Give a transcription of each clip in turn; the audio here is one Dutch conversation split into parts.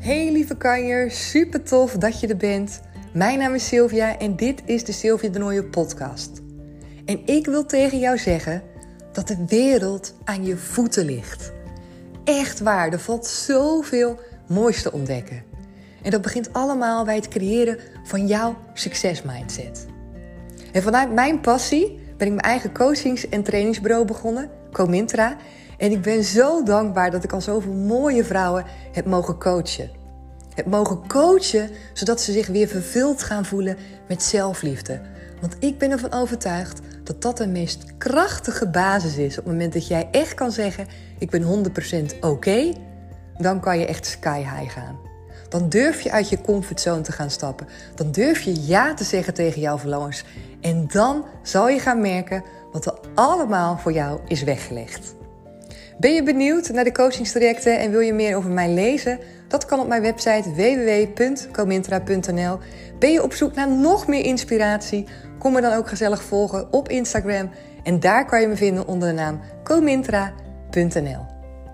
Hey lieve kanjer, super tof dat je er bent. Mijn naam is Sylvia en dit is de Sylvia de Nooijen podcast. En ik wil tegen jou zeggen dat de wereld aan je voeten ligt. Echt waar, er valt zoveel moois te ontdekken. En dat begint allemaal bij het creëren van jouw succesmindset. En vanuit mijn passie ben ik mijn eigen coachings- en trainingsbureau begonnen, Comintra. En ik ben zo dankbaar dat ik al zoveel mooie vrouwen heb mogen coachen. Heb mogen coachen zodat ze zich weer vervuld gaan voelen met zelfliefde. Want ik ben ervan overtuigd dat dat de meest krachtige basis is. Op het moment dat jij echt kan zeggen, ik ben 100% oké, dan kan je echt sky high gaan. Dan durf je uit je comfortzone te gaan stappen. Dan durf je ja te zeggen tegen jouw verlangens. En dan zal je gaan merken wat er allemaal voor jou is weggelegd. Ben je benieuwd naar de coachingstrajecten en wil je meer over mij lezen? Dat kan op mijn website www.comintra.nl. Ben je op zoek naar nog meer inspiratie? Kom me dan ook gezellig volgen op Instagram. En daar kan je me vinden onder de naam comintra.nl.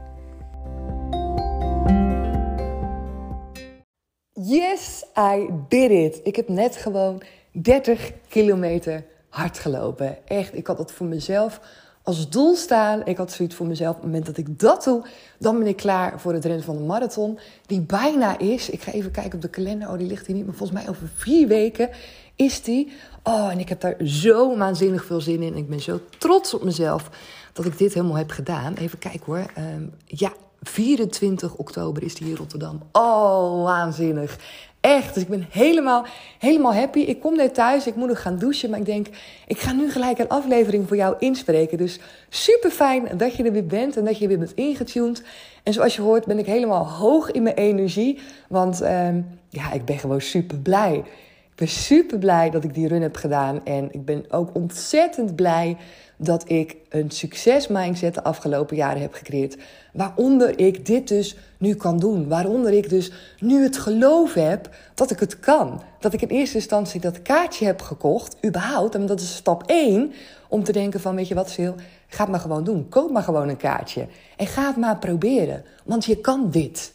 Yes, I did it. Ik heb net gewoon 30 kilometer hard gelopen. Echt, ik had dat voor mezelf als doel staan. Ik had zoiets voor mezelf, op het moment dat ik dat doe, dan ben ik klaar voor het rennen van de marathon. Die bijna is, ik ga even kijken op de kalender, die ligt hier niet, maar volgens mij over 4 weken is die. En ik heb daar zo waanzinnig veel zin in. Ik ben zo trots op mezelf dat ik dit helemaal heb gedaan. Even kijken hoor. 24 oktober is die hier in Rotterdam. Waanzinnig. Echt, dus ik ben helemaal happy. Ik kom net thuis, ik moet nog gaan douchen. Maar ik denk, ik ga nu gelijk een aflevering voor jou inspreken. Dus super fijn dat je er weer bent en dat je weer bent ingetuned. En zoals je hoort ben ik helemaal hoog in mijn energie. Want ik ben gewoon super blij. Ik ben super blij dat ik die run heb gedaan. En ik ben ook ontzettend blij dat ik een succesmindset de afgelopen jaren heb gecreëerd. Waaronder ik dit dus nu kan doen. Waaronder ik dus nu het geloof heb dat ik het kan. Dat ik in eerste instantie dat kaartje heb gekocht, überhaupt. En dat is stap 1, om te denken van, weet je wat Sil, ga het maar gewoon doen. Koop maar gewoon een kaartje. En ga het maar proberen. Want je kan dit.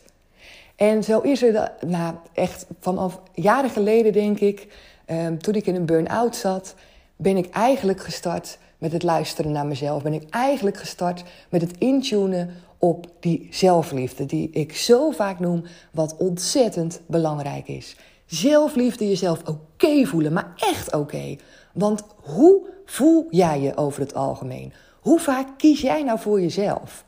En zo is er, echt vanaf jaren geleden denk ik, toen ik in een burn-out zat, ben ik eigenlijk gestart met het luisteren naar mezelf. Ben ik eigenlijk gestart met het intunen op die zelfliefde, die ik zo vaak noem, wat ontzettend belangrijk is. Zelfliefde, jezelf oké voelen, maar echt oké. Want hoe voel jij je over het algemeen? Hoe vaak kies jij nou voor jezelf?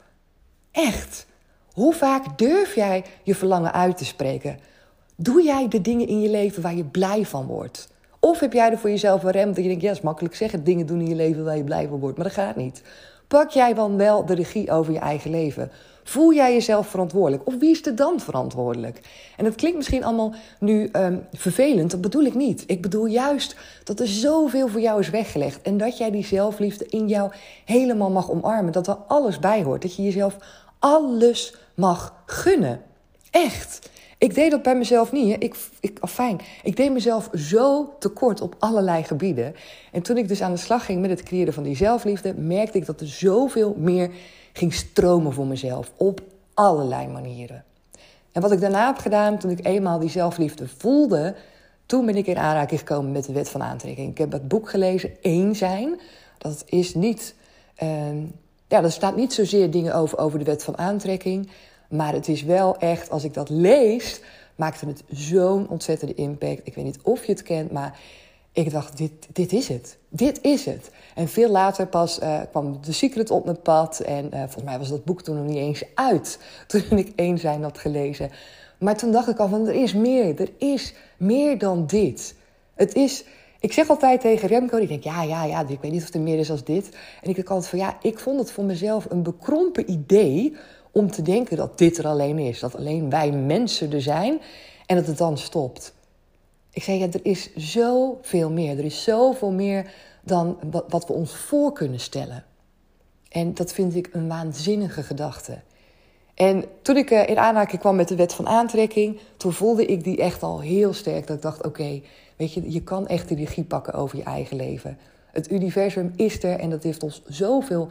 Echt. Hoe vaak durf jij je verlangen uit te spreken? Doe jij de dingen in je leven waar je blij van wordt? Of heb jij er voor jezelf een rem dat je denkt, ja, dat is makkelijk zeggen, dingen doen in je leven waar je blij van wordt, maar dat gaat niet. Pak jij dan wel de regie over je eigen leven? Voel jij jezelf verantwoordelijk? Of wie is er dan verantwoordelijk? En dat klinkt misschien allemaal nu vervelend, dat bedoel ik niet. Ik bedoel juist dat er zoveel voor jou is weggelegd. En dat jij die zelfliefde in jou helemaal mag omarmen. Dat er alles bij hoort. Dat je jezelf alles mag gunnen. Echt. Ik deed dat bij mezelf niet. Hè. Ik deed mezelf zo tekort op allerlei gebieden. En toen ik dus aan de slag ging met het creëren van die zelfliefde, merkte ik dat er zoveel meer ging stromen voor mezelf. Op allerlei manieren. En wat ik daarna heb gedaan, toen ik eenmaal die zelfliefde voelde, toen ben ik in aanraking gekomen met de wet van aantrekking. Ik heb het boek gelezen, Eén zijn. Dat is niet, er staat niet zozeer dingen over de wet van aantrekking. Maar het is wel echt, als ik dat lees, maakte het zo'n ontzettende impact. Ik weet niet of je het kent, maar ik dacht, dit is het. Dit is het. En veel later pas kwam The Secret op mijn pad. En volgens mij was dat boek toen nog niet eens uit, toen ik Eén zijn had gelezen. Maar toen dacht ik al van, er is meer. Er is meer dan dit. Het is, ik zeg altijd tegen Remco, die denkt, ja, ik weet niet of er meer is dan dit. En ik denk altijd van, ik vond het voor mezelf een bekrompen idee om te denken dat dit er alleen is. Dat alleen wij mensen er zijn en dat het dan stopt. Ik zei, er is zoveel meer. Er is zoveel meer dan wat we ons voor kunnen stellen. En dat vind ik een waanzinnige gedachte. En toen ik in aanraking kwam met de wet van aantrekking, toen voelde ik die echt al heel sterk. Dat ik dacht, oké, weet je kan echt de regie pakken over je eigen leven. Het universum is er en dat heeft ons zoveel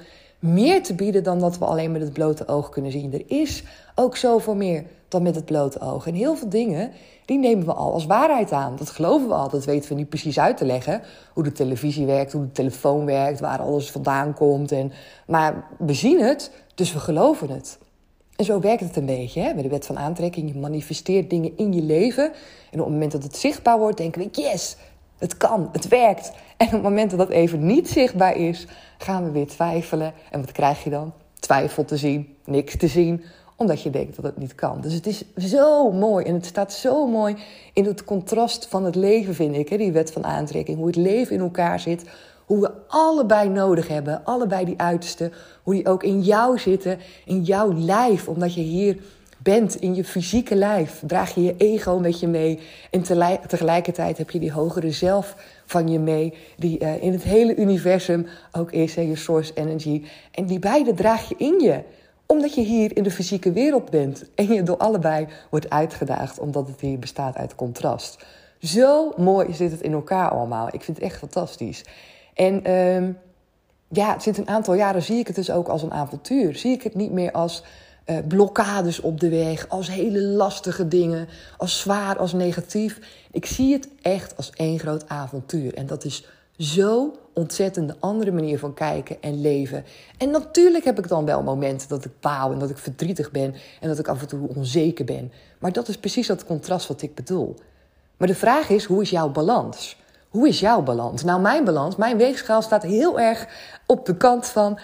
meer te bieden dan dat we alleen met het blote oog kunnen zien. Er is ook zoveel meer dan met het blote oog. En heel veel dingen, die nemen we al als waarheid aan. Dat geloven we al, dat weten we niet precies uit te leggen. Hoe de televisie werkt, hoe de telefoon werkt, waar alles vandaan komt. Maar we zien het, dus we geloven het. En zo werkt het een beetje, hè? Met de wet van aantrekking. Je manifesteert dingen in je leven. En op het moment dat het zichtbaar wordt, denken we, yes, het kan, het werkt. En op het moment dat dat even niet zichtbaar is, gaan we weer twijfelen. En wat krijg je dan? Twijfel te zien, niks te zien, omdat je denkt dat het niet kan. Dus het is zo mooi en het staat zo mooi in het contrast van het leven, vind ik. Hè? Die wet van aantrekking, hoe het leven in elkaar zit. Hoe we allebei nodig hebben, allebei die uitersten. Hoe die ook in jou zitten, in jouw lijf. Omdat je hier bent, in je fysieke lijf. Draag je je ego met je mee. En tegelijkertijd heb je die hogere zelf van je mee. Die in het hele universum ook is, hè, je source energy. En die beide draag je in je. Omdat je hier in de fysieke wereld bent. En je door allebei wordt uitgedaagd. Omdat het hier bestaat uit contrast. Zo mooi zit het in elkaar allemaal. Ik vind het echt fantastisch. En sinds een aantal jaren zie ik het dus ook als een avontuur. Zie ik het niet meer als blokkades op de weg, als hele lastige dingen, als zwaar, als negatief. Ik zie het echt als één groot avontuur. En dat is zo ontzettend een andere manier van kijken en leven. En natuurlijk heb ik dan wel momenten dat ik baal en dat ik verdrietig ben en dat ik af en toe onzeker ben. Maar dat is precies dat contrast wat ik bedoel. Maar de vraag is, hoe is jouw balans? Hoe is jouw balans? Nou, mijn balans, mijn weegschaal staat heel erg op de kant van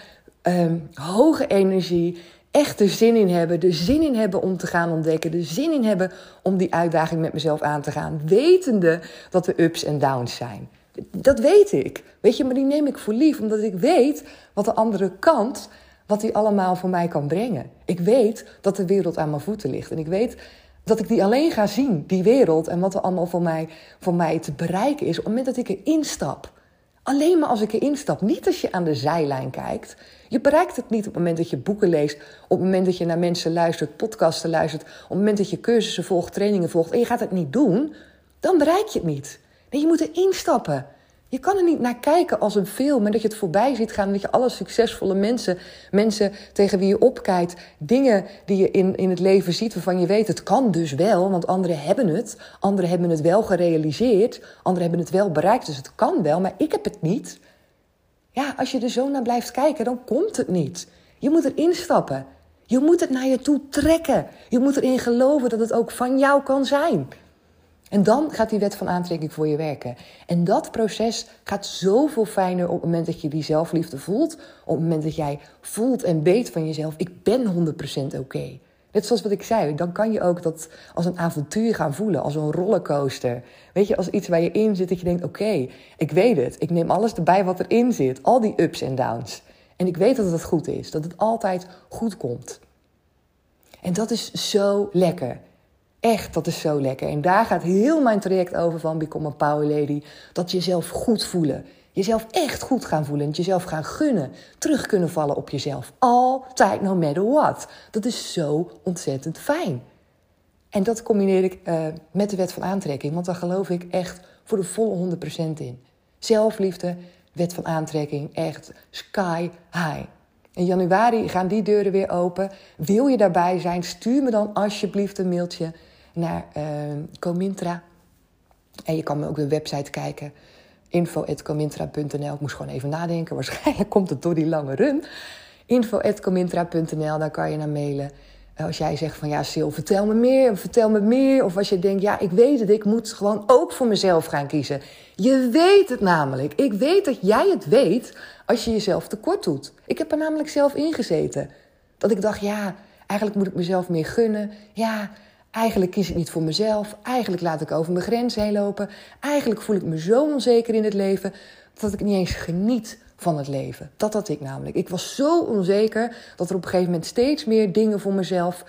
hoge energie, echt er zin in hebben, de zin in hebben om te gaan ontdekken, de zin in hebben om die uitdaging met mezelf aan te gaan, wetende dat er ups en downs zijn. Dat weet ik, weet je, maar die neem ik voor lief, omdat ik weet wat de andere kant, wat die allemaal voor mij kan brengen. Ik weet dat de wereld aan mijn voeten ligt en ik weet dat ik die alleen ga zien, die wereld, en wat er allemaal voor mij te bereiken is op het moment dat ik erin stap. Alleen maar als ik erin stap, niet als je aan de zijlijn kijkt. Je bereikt het niet op het moment dat je boeken leest, op het moment dat je naar mensen luistert, podcasten luistert, op het moment dat je cursussen volgt, trainingen volgt en je gaat het niet doen, dan bereik je het niet. Nee, je moet erin stappen. Je kan er niet naar kijken als een film en dat je het voorbij ziet gaan en dat je alle succesvolle mensen tegen wie je opkijkt, dingen die je in het leven ziet waarvan je weet, het kan dus wel, want anderen hebben het wel gerealiseerd, anderen hebben het wel bereikt, dus het kan wel, maar ik heb het niet. Ja, als je er zo naar blijft kijken, dan komt het niet. Je moet erin stappen. Je moet het naar je toe trekken. Je moet erin geloven dat het ook van jou kan zijn. En dan gaat die wet van aantrekking voor je werken. En dat proces gaat zoveel fijner op het moment dat je die zelfliefde voelt. Op het moment dat jij voelt en weet van jezelf, ik ben 100% oké. Net zoals wat ik zei, dan kan je ook dat als een avontuur gaan voelen, als een rollercoaster. Weet je, als iets waar je in zit dat je denkt, oké, ik weet het. Ik neem alles erbij wat erin zit, al die ups en downs. En ik weet dat het goed is, dat het altijd goed komt. En dat is zo lekker. Echt, dat is zo lekker. En daar gaat heel mijn traject over van Become a Power Lady. Dat jezelf goed voelen. Jezelf echt goed gaan voelen. En jezelf gaan gunnen. Terug kunnen vallen op jezelf. Altijd, no matter what. Dat is zo ontzettend fijn. En dat combineer ik met de wet van aantrekking. Want daar geloof ik echt voor de volle 100% in. Zelfliefde, wet van aantrekking, echt sky high. In januari gaan die deuren weer open. Wil je daarbij zijn, stuur me dan alsjeblieft een mailtje naar Comintra. En je kan me ook de website kijken. info@comintra.nl. Ik moest gewoon even nadenken. Waarschijnlijk komt het door die lange run. info@comintra.nl. Daar kan je naar mailen. Als jij zegt van ja, Sil, vertel me meer. Of als je denkt, ja, ik weet het. Ik moet gewoon ook voor mezelf gaan kiezen. Je weet het namelijk. Ik weet dat jij het weet als je jezelf tekort doet. Ik heb er namelijk zelf in gezeten. Dat ik dacht, ja, eigenlijk moet ik mezelf meer gunnen. Ja, eigenlijk kies ik niet voor mezelf. Eigenlijk laat ik over mijn grenzen heen lopen. Eigenlijk voel ik me zo onzeker in het leven dat ik niet eens geniet van het leven. Dat had ik namelijk. Ik was zo onzeker dat er op een gegeven moment steeds meer dingen voor mezelf,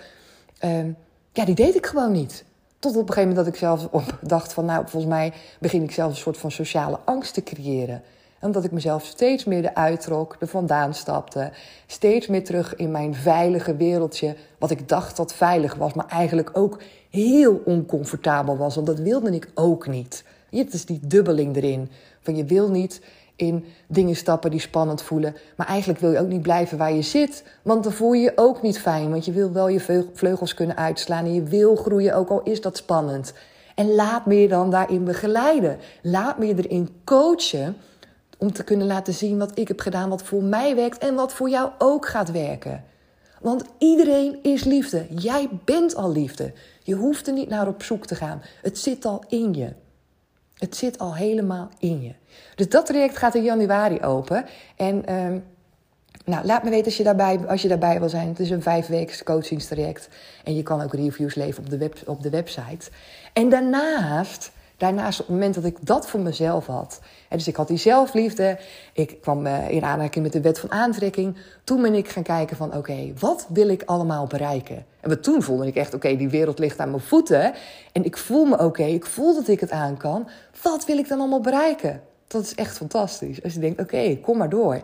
die deed ik gewoon niet. Tot op een gegeven moment dat ik zelf dacht van, nou, volgens mij begin ik zelf een soort van sociale angst te creëren. Omdat ik mezelf steeds meer eruit trok, er vandaan stapte. Steeds meer terug in mijn veilige wereldje. Wat ik dacht dat veilig was, maar eigenlijk ook heel oncomfortabel was. Want dat wilde ik ook niet. Het is die dubbeling erin. Van je wil niet in dingen stappen die spannend voelen. Maar eigenlijk wil je ook niet blijven waar je zit. Want dan voel je je ook niet fijn. Want je wil wel je vleugels kunnen uitslaan. En je wil groeien, ook al is dat spannend. En laat me je dan daarin begeleiden. Laat me je erin coachen. Om te kunnen laten zien wat ik heb gedaan. Wat voor mij werkt en wat voor jou ook gaat werken. Want iedereen is liefde. Jij bent al liefde. Je hoeft er niet naar op zoek te gaan. Het zit al in je. Het zit al helemaal in je. Dus dat traject gaat in januari open. En laat me weten als je daarbij wil zijn. Het is een 5-weeks coachingstraject. En je kan ook reviews leveren op de website. En daarnaast, op het moment dat ik dat voor mezelf had. En dus ik had die zelfliefde. Ik kwam in aanraking met de wet van aantrekking. Toen ben ik gaan kijken van oké, wat wil ik allemaal bereiken? En toen voelde ik echt die wereld ligt aan mijn voeten. En ik voel me ik voel dat ik het aan kan. Wat wil ik dan allemaal bereiken? Dat is echt fantastisch. Als je denkt kom maar door.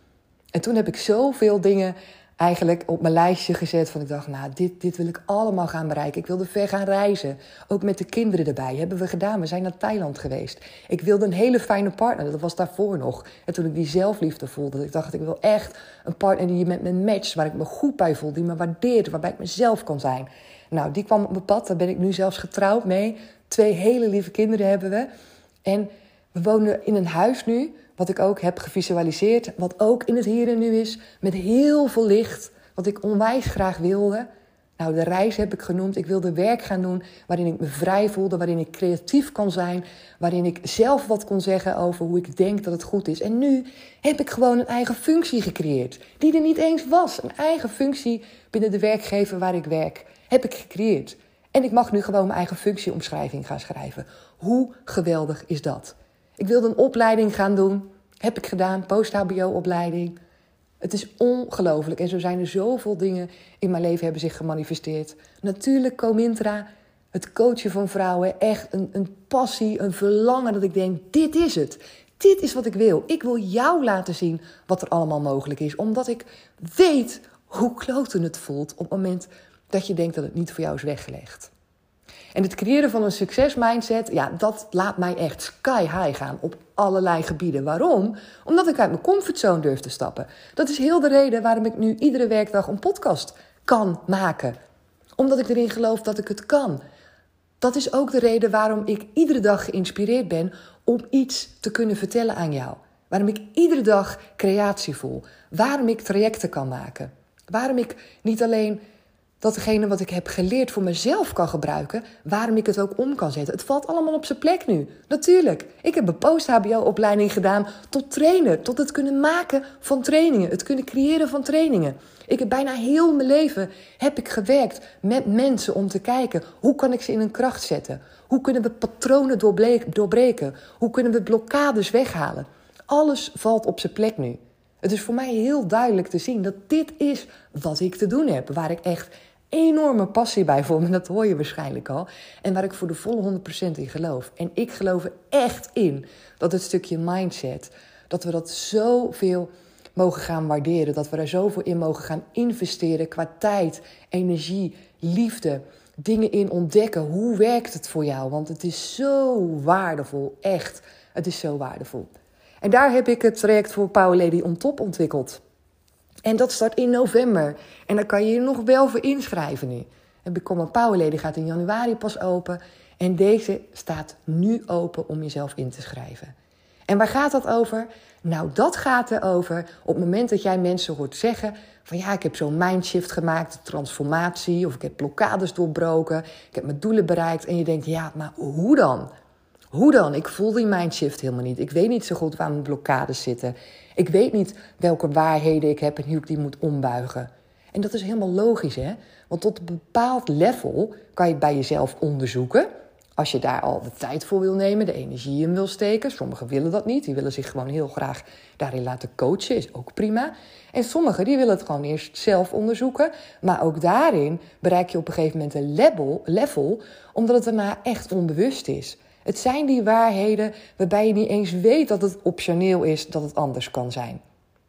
En toen heb ik zoveel dingen eigenlijk op mijn lijstje gezet. Van ik dacht, dit wil ik allemaal gaan bereiken. Ik wilde ver gaan reizen. Ook met de kinderen erbij. Hebben we gedaan. We zijn naar Thailand geweest. Ik wilde een hele fijne partner. Dat was daarvoor nog. En toen ik die zelfliefde voelde. Ik dacht, ik wil echt een partner die met me matcht. Waar ik me goed bij voel. Die me waardeert. Waarbij ik mezelf kan zijn. Nou, die kwam op mijn pad. Daar ben ik nu zelfs getrouwd mee. 2 hele lieve kinderen hebben we. En we wonen in een huis nu. Wat ik ook heb gevisualiseerd. Wat ook in het hier en nu is. Met heel veel licht. Wat ik onwijs graag wilde. Nou, de reis heb ik genoemd. Ik wilde werk gaan doen waarin ik me vrij voelde. Waarin ik creatief kan zijn. Waarin ik zelf wat kon zeggen over hoe ik denk dat het goed is. En nu heb ik gewoon een eigen functie gecreëerd. Die er niet eens was. Een eigen functie binnen de werkgever waar ik werk. Heb ik gecreëerd. En ik mag nu gewoon mijn eigen functieomschrijving gaan schrijven. Hoe geweldig is dat? Ik wilde een opleiding gaan doen. Heb ik gedaan, post-HBO-opleiding. Het is ongelooflijk. En zo zijn er zoveel dingen in mijn leven hebben zich gemanifesteerd. Natuurlijk Comintra, het coachen van vrouwen. Echt een passie, een verlangen dat ik denk, dit is het. Dit is wat ik wil. Ik wil jou laten zien wat er allemaal mogelijk is. Omdat ik weet hoe kloten het voelt op het moment dat je denkt dat het niet voor jou is weggelegd. En het creëren van een succesmindset, dat laat mij echt sky high gaan op allerlei gebieden. Waarom? Omdat ik uit mijn comfortzone durf te stappen. Dat is heel de reden waarom ik nu iedere werkdag een podcast kan maken. Omdat ik erin geloof dat ik het kan. Dat is ook de reden waarom ik iedere dag geïnspireerd ben om iets te kunnen vertellen aan jou. Waarom ik iedere dag creatie voel. Waarom ik trajecten kan maken. Waarom ik niet alleen datgene wat ik heb geleerd voor mezelf kan gebruiken, waarom ik het ook om kan zetten. Het valt allemaal op zijn plek nu. Natuurlijk. Ik heb een post-HBO-opleiding gedaan tot trainer. Tot het kunnen maken van trainingen. Het kunnen creëren van trainingen. Ik heb bijna heel mijn leven gewerkt met mensen om te kijken, hoe kan ik ze in hun kracht zetten? Hoe kunnen we patronen doorbreken? Hoe kunnen we blokkades weghalen? Alles valt op zijn plek nu. Het is voor mij heel duidelijk te zien dat dit is wat ik te doen heb. Waar ik echt enorme passie bij voel. En dat hoor je waarschijnlijk al. En waar ik voor de volle 100% in geloof. En ik geloof er echt in dat het stukje mindset, dat we dat zoveel mogen gaan waarderen. Dat we er zoveel in mogen gaan investeren qua tijd, energie, liefde. Dingen in ontdekken. Hoe werkt het voor jou? Want het is zo waardevol. Echt. Het is zo waardevol. En daar heb ik het traject voor Power Lady on Top ontwikkeld. En dat start in november. En daar kan je je nog wel voor inschrijven nu. En Become a Power Lady gaat in januari pas open. En deze staat nu open om jezelf in te schrijven. En waar gaat dat over? Nou, dat gaat erover op het moment dat jij mensen hoort zeggen van ik heb zo'n mindshift gemaakt, transformatie, of ik heb blokkades doorbroken, ik heb mijn doelen bereikt. En je denkt, maar hoe dan? Hoe dan? Ik voel die mindshift helemaal niet. Ik weet niet zo goed waar mijn blokkades zitten. Ik weet niet welke waarheden ik heb en hoe ik die moet ombuigen. En dat is helemaal logisch, hè? Want tot een bepaald level kan je het bij jezelf onderzoeken. Als je daar al de tijd voor wil nemen, de energie in wil steken. Sommigen willen dat niet. Die willen zich gewoon heel graag daarin laten coachen. Is ook prima. En sommigen die willen het gewoon eerst zelf onderzoeken. Maar ook daarin bereik je op een gegeven moment een level, omdat het daarna echt onbewust is. Het zijn die waarheden waarbij je niet eens weet dat het optioneel is, dat het anders kan zijn.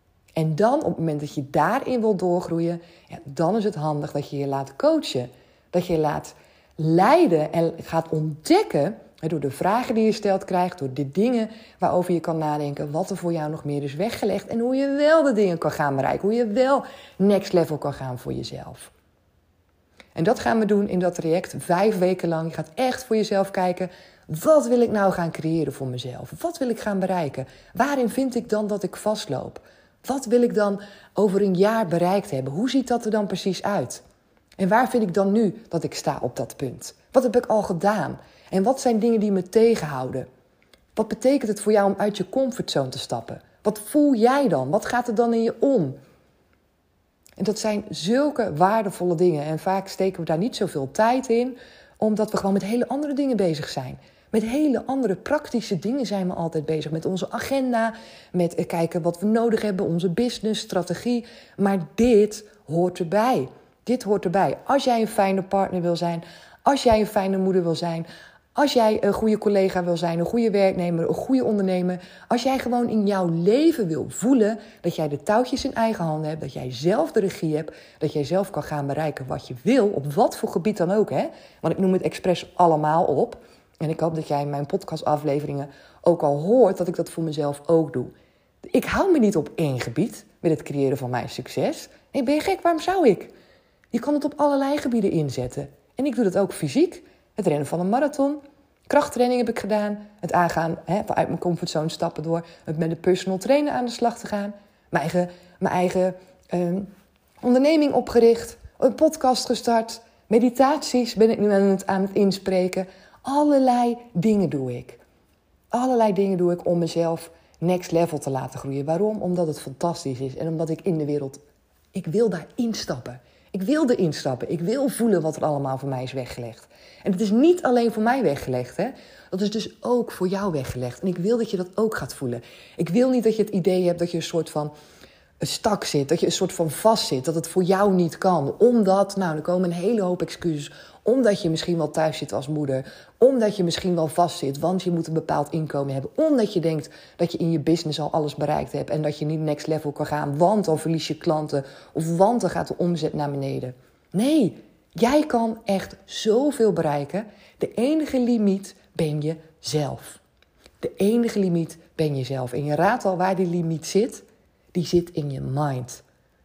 En dan, op het moment dat je daarin wil doorgroeien, dan is het handig dat je je laat coachen. Dat je je laat leiden en gaat ontdekken Door de vragen die je stelt krijgt, door de dingen waarover je kan nadenken, wat er voor jou nog meer is weggelegd en hoe je wel de dingen kan gaan bereiken, hoe je wel next level kan gaan voor jezelf. En dat gaan we doen in dat traject 5 weken lang. Je gaat echt voor jezelf kijken, wat wil ik nou gaan creëren voor mezelf? Wat wil ik gaan bereiken? Waarin vind ik dan dat ik vastloop? Wat wil ik dan over een jaar bereikt hebben? Hoe ziet dat er dan precies uit? En waar vind ik dan nu dat ik sta op dat punt? Wat heb ik al gedaan? En wat zijn dingen die me tegenhouden? Wat betekent het voor jou om uit je comfortzone te stappen? Wat voel jij dan? Wat gaat er dan in je om? En dat zijn zulke waardevolle dingen. En vaak steken we daar niet zoveel tijd in, omdat we gewoon met hele andere dingen bezig zijn. Met hele andere praktische dingen zijn we altijd bezig. Met onze agenda, met kijken wat we nodig hebben, onze business, strategie. Maar dit hoort erbij. Dit hoort erbij. Als jij een fijne partner wil zijn, als jij een fijne moeder wil zijn, als jij een goede collega wil zijn, een goede werknemer, een goede ondernemer. Als jij gewoon in jouw leven wil voelen dat jij de touwtjes in eigen handen hebt, dat jij zelf de regie hebt, dat jij zelf kan gaan bereiken wat je wil, op wat voor gebied dan ook. Want ik noem het expres allemaal op. En ik hoop dat jij in mijn podcastafleveringen ook al hoort dat ik dat voor mezelf ook doe. Ik hou me niet op één gebied met het creëren van mijn succes. Nee, ben je gek? Waarom zou ik? Je kan het op allerlei gebieden inzetten. En ik doe dat ook fysiek. Het rennen van een marathon. Krachttraining heb ik gedaan. Het aangaan uit mijn comfortzone stappen door. Het met een personal trainer aan de slag te gaan. Mijn eigen onderneming opgericht. Een podcast gestart. Meditaties ben ik nu aan het inspreken. Allerlei dingen doe ik. Allerlei dingen doe ik om mezelf next level te laten groeien. Waarom? Omdat het fantastisch is. En omdat ik in de wereld... Ik wil daar instappen. Ik wil erin stappen. Ik wil voelen wat er allemaal voor mij is weggelegd. En het is niet alleen voor mij weggelegd. Dat is dus ook voor jou weggelegd. En ik wil dat je dat ook gaat voelen. Ik wil niet dat je het idee hebt dat je een soort van stak zit. Dat je een soort van vast zit. Dat het voor jou niet kan. Omdat, er komen een hele hoop excuses. Omdat je misschien wel thuis zit als moeder. Omdat je misschien wel vast zit. Want je moet een bepaald inkomen hebben. Omdat je denkt dat je in je business al alles bereikt hebt. En dat je niet next level kan gaan. Want dan verlies je klanten. Of want dan gaat de omzet naar beneden. Nee, jij kan echt zoveel bereiken. De enige limiet ben je zelf. De enige limiet ben je zelf. En je raadt al waar die limiet zit. Die zit in je mind.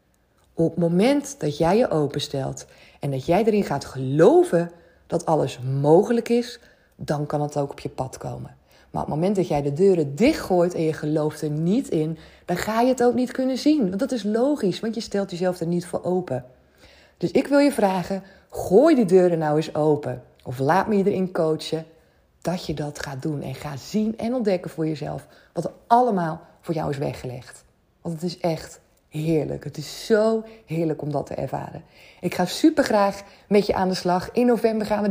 Op het moment dat jij je openstelt en dat jij erin gaat geloven dat alles mogelijk is, dan kan het ook op je pad komen. Maar op het moment dat jij de deuren dichtgooit en je gelooft er niet in, dan ga je het ook niet kunnen zien. Want dat is logisch, want je stelt jezelf er niet voor open. Dus ik wil je vragen, gooi die deuren nou eens open. Of laat me je erin coachen dat je dat gaat doen. En ga zien en ontdekken voor jezelf wat er allemaal voor jou is weggelegd. Want het is echt heerlijk. Het is zo heerlijk om dat te ervaren. Ik ga super graag met je aan de slag. In november gaan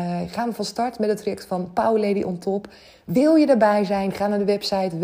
we van start met het traject van Power Lady on Top. Wil je erbij zijn? Ga naar de website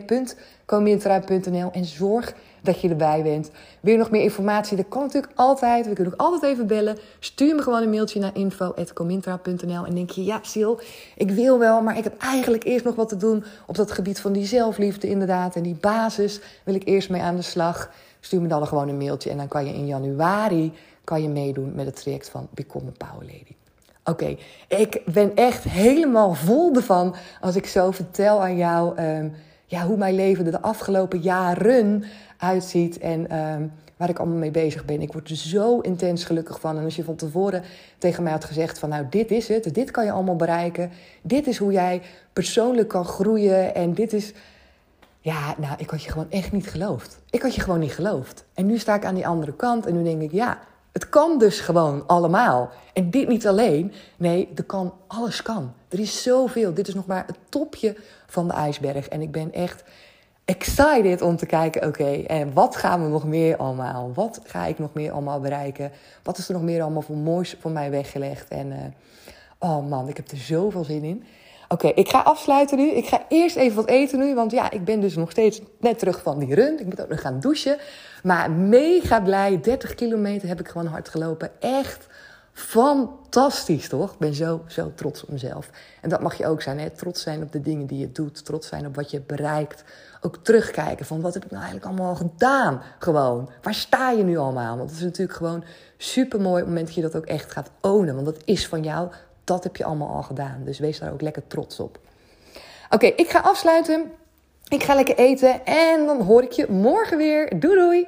www.comintra.nl en zorg dat je erbij bent. Wil je nog meer informatie? Dat kan natuurlijk altijd. We kunnen ook altijd even bellen. Stuur me gewoon een mailtje naar info@comintra.nl. En denk je, ja Sil, ik wil wel, maar ik heb eigenlijk eerst nog wat te doen op dat gebied van die zelfliefde inderdaad. En die basis wil ik eerst mee aan de slag. Stuur me dan gewoon een mailtje en dan kan je in januari meedoen met het traject van Become a Power Lady. Oké, ik ben echt helemaal vol ervan als ik zo vertel aan jou hoe mijn leven er de afgelopen jaren uitziet en waar ik allemaal mee bezig ben. Ik word er zo intens gelukkig van. En als je van tevoren tegen mij had gezegd van dit is het, dit kan je allemaal bereiken. Dit is hoe jij persoonlijk kan groeien en dit is... Ja, ik had je gewoon echt niet geloofd. Ik had je gewoon niet geloofd. En nu sta ik aan die andere kant en nu denk ik, ja, het kan dus gewoon allemaal. En dit niet alleen. Nee, alles kan. Er is zoveel. Dit is nog maar het topje van de ijsberg. En ik ben echt excited om te kijken, oké, en wat gaan we nog meer allemaal? Wat ga ik nog meer allemaal bereiken? Wat is er nog meer allemaal voor moois voor mij weggelegd? En oh man, ik heb er zoveel zin in. Oké, ik ga afsluiten nu. Ik ga eerst even wat eten nu. Want ja, ik ben dus nog steeds net terug van die run. Ik moet ook nog gaan douchen. Maar mega blij. 30 kilometer heb ik gewoon hard gelopen. Echt fantastisch, toch? Ik ben zo trots op mezelf. En dat mag je ook zijn, hè? Trots zijn op de dingen die je doet. Trots zijn op wat je bereikt. Ook terugkijken van wat heb ik nou eigenlijk allemaal al gedaan? Gewoon. Waar sta je nu allemaal? Want het is natuurlijk gewoon super mooi op het moment dat je dat ook echt gaat ownen. Want dat is van jou dat heb je allemaal al gedaan. Dus wees daar ook lekker trots op. Oké, ik ga afsluiten. Ik ga lekker eten en dan hoor ik je morgen weer. Doei doei!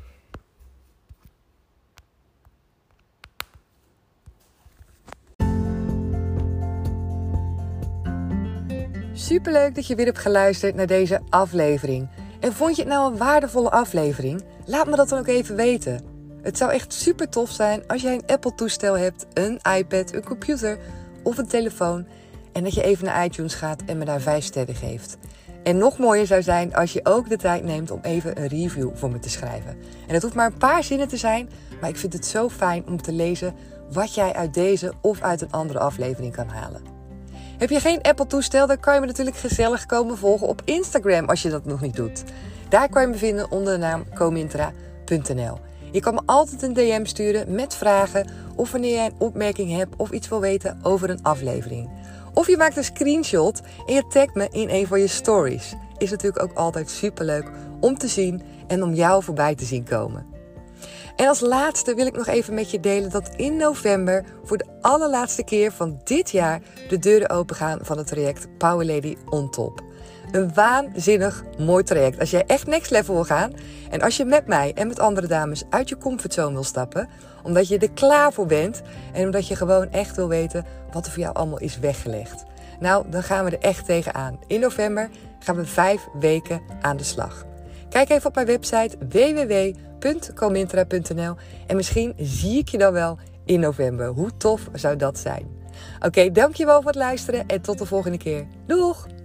Superleuk dat je weer hebt geluisterd naar deze aflevering. En vond je het nou een waardevolle aflevering? Laat me dat dan ook even weten. Het zou echt super tof zijn als jij een Apple-toestel hebt, een iPad, een computer of een telefoon. En dat je even naar iTunes gaat en me daar 5 sterren geeft. En nog mooier zou zijn als je ook de tijd neemt om even een review voor me te schrijven. En dat hoeft maar een paar zinnen te zijn, maar ik vind het zo fijn om te lezen wat jij uit deze of uit een andere aflevering kan halen. Heb je geen Apple-toestel, dan kan je me natuurlijk gezellig komen volgen op Instagram als je dat nog niet doet. Daar kan je me vinden onder de naam comintra.nl. Je kan me altijd een DM sturen met vragen of wanneer jij een opmerking hebt of iets wil weten over een aflevering. Of je maakt een screenshot en je tagt me in een van je stories. Is natuurlijk ook altijd superleuk om te zien en om jou voorbij te zien komen. En als laatste wil ik nog even met je delen dat in november voor de allerlaatste keer van dit jaar de deuren opengaan van het traject Power Lady on Top. Een waanzinnig mooi traject als jij echt next level wil gaan en als je met mij en met andere dames uit je comfortzone wil stappen, omdat je er klaar voor bent en omdat je gewoon echt wil weten wat er voor jou allemaal is weggelegd. Nou, dan gaan we er echt tegenaan. In november gaan we 5 weken aan de slag. Kijk even op mijn website www.comintra.nl en misschien zie ik je dan wel in november. Hoe tof zou dat zijn? Oké, dankjewel voor het luisteren en tot de volgende keer. Doeg!